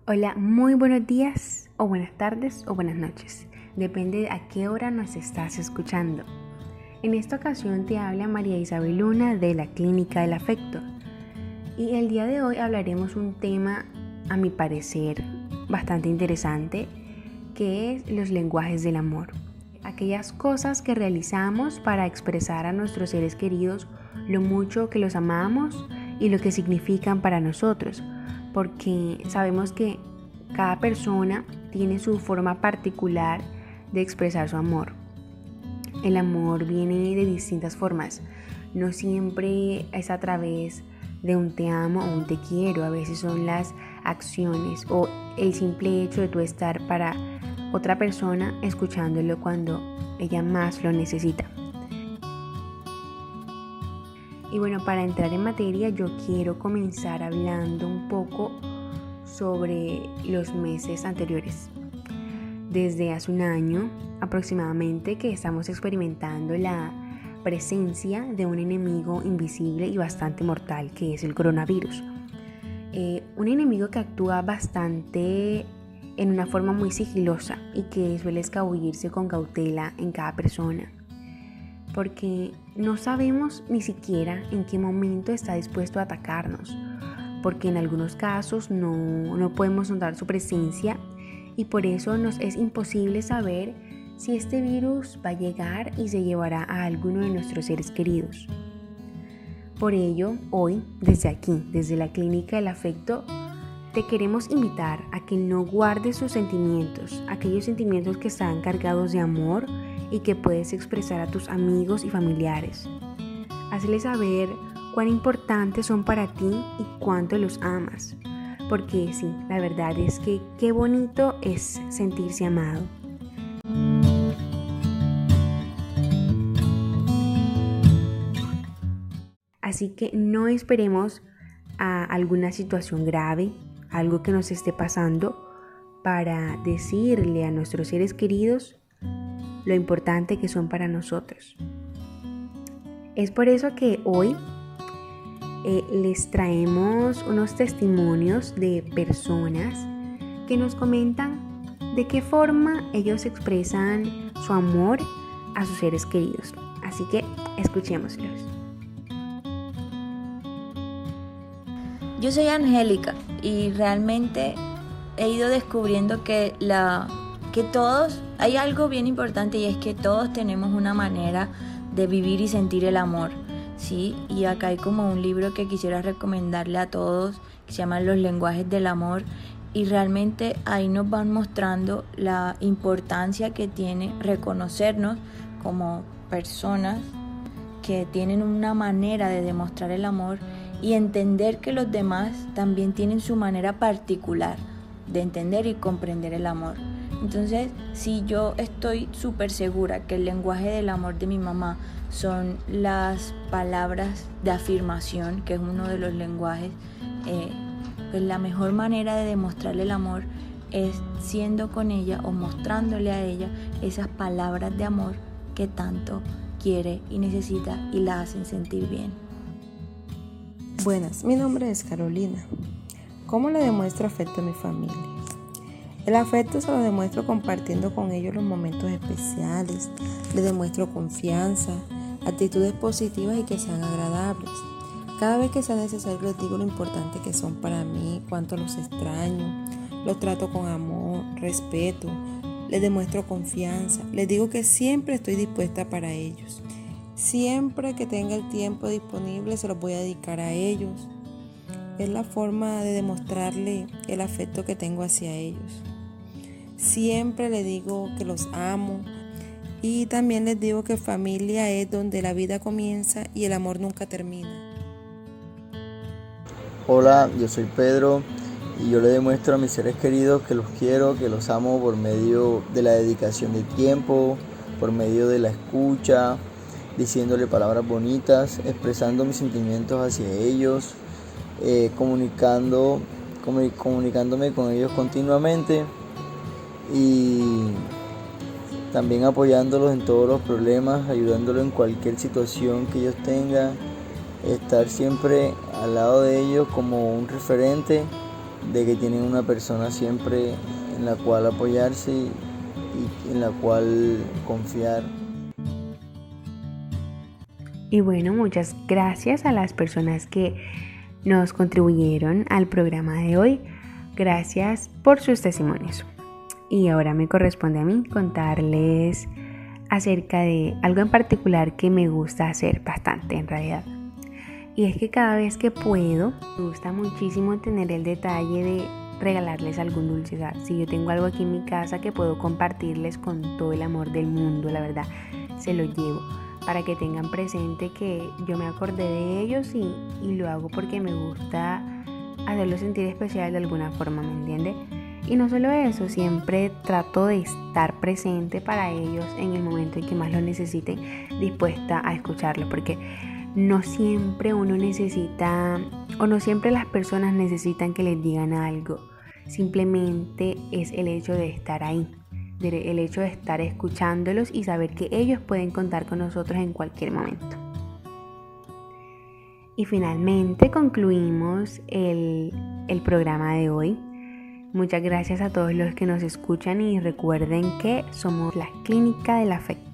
Hola, muy buenos días o buenas tardes o buenas noches. Depende de a qué hora nos estás escuchando. En esta ocasión te habla María Isabel Luna de la Clínica del Afecto. Y el día de hoy hablaremos un tema, a mi parecer, bastante interesante, que es los lenguajes del amor. Aquellas cosas que realizamos para expresar a nuestros seres queridos lo mucho que los amamos y lo que significan para nosotros, porque sabemos que cada persona tiene su forma particular de expresar su amor. El amor viene de distintas formas, no siempre es a través de un te amo o un te quiero, a veces son las acciones o el simple hecho de tú estar para otra persona escuchándolo cuando ella más lo necesita. Y bueno, para entrar en materia, yo quiero comenzar hablando un poco sobre los meses anteriores. Desde hace un año aproximadamente que estamos experimentando la presencia de un enemigo invisible y bastante mortal, que es el coronavirus. Un enemigo que actúa bastante en una forma muy sigilosa y que suele escabullirse con cautela en cada persona, porque no sabemos ni siquiera en qué momento está dispuesto a atacarnos, porque en algunos casos no podemos notar su presencia y por eso nos es imposible saber si este virus va a llegar y se llevará a alguno de nuestros seres queridos. Por ello, hoy, desde aquí, desde la Clínica del Afecto, te queremos invitar a que no guardes sus sentimientos, aquellos sentimientos que están cargados de amor y que puedes expresar a tus amigos y familiares. Hazles saber cuán importantes son para ti y cuánto los amas, porque sí, la verdad es que qué bonito es sentirse amado. Así que no esperemos a alguna situación grave, algo que nos esté pasando, para decirle a nuestros seres queridos lo importante que son para nosotros. Es por eso que hoy les traemos unos testimonios de personas que nos comentan de qué forma ellos expresan su amor a sus seres queridos. Así que escuchémoslos. Yo soy Angélica y realmente he ido descubriendo que todos, hay algo bien importante y es que todos tenemos una manera de vivir y sentir el amor, ¿sí? Y acá hay como un libro que quisiera recomendarle a todos que se llama Los lenguajes del amor y realmente ahí nos van mostrando la importancia que tiene reconocernos como personas que tienen una manera de demostrar el amor y entender que los demás también tienen su manera particular de entender y comprender el amor. Entonces, si yo estoy súper segura que el lenguaje del amor de mi mamá son las palabras de afirmación, que es uno de los lenguajes, pues la mejor manera de demostrarle el amor es siendo con ella o mostrándole a ella esas palabras de amor que tanto quiere y necesita y la hacen sentir bien. Buenas, mi nombre es Carolina. ¿Cómo le demuestro afecto a mi familia? El afecto se lo demuestro compartiendo con ellos los momentos especiales, les demuestro confianza, actitudes positivas y que sean agradables. Cada vez que sea necesario les digo lo importante que son para mí, cuánto los extraño, los trato con amor, respeto, les demuestro confianza, les digo que siempre estoy dispuesta para ellos. Siempre que tenga el tiempo disponible se los voy a dedicar a ellos. Es la forma de demostrarle el afecto que tengo hacia ellos. Siempre les digo que los amo y también les digo que familia es donde la vida comienza y el amor nunca termina. Hola, yo soy Pedro y yo le demuestro a mis seres queridos que los quiero, que los amo por medio de la dedicación de tiempo, por medio de la escucha, diciéndole palabras bonitas, expresando mis sentimientos hacia ellos, comunicándome con ellos continuamente y también apoyándolos en todos los problemas, ayudándolos en cualquier situación que ellos tengan, estar siempre al lado de ellos como un referente de que tienen una persona siempre en la cual apoyarse y en la cual confiar. Y bueno, muchas gracias a las personas que nos contribuyeron al programa de hoy. Gracias por sus testimonios. Y ahora me corresponde a mí contarles acerca de algo en particular que me gusta hacer bastante en realidad. Y es que cada vez que puedo, me gusta muchísimo tener el detalle de regalarles algún dulce. O sea, si yo tengo algo aquí en mi casa que puedo compartirles con todo el amor del mundo, la verdad, se lo llevo para que tengan presente que yo me acordé de ellos y lo hago porque me gusta hacerlos sentir especial de alguna forma, ¿me entiende? Y no solo eso, siempre trato de estar presente para ellos en el momento en que más lo necesiten, dispuesta a escucharlo, porque no siempre uno necesita, o no siempre las personas necesitan que les digan algo. Simplemente es el hecho de estar ahí, el hecho de estar escuchándolos y saber que ellos pueden contar con nosotros en cualquier momento. Y finalmente concluimos el programa de hoy. Muchas gracias a todos los que nos escuchan y recuerden que somos la Clínica del Afecto.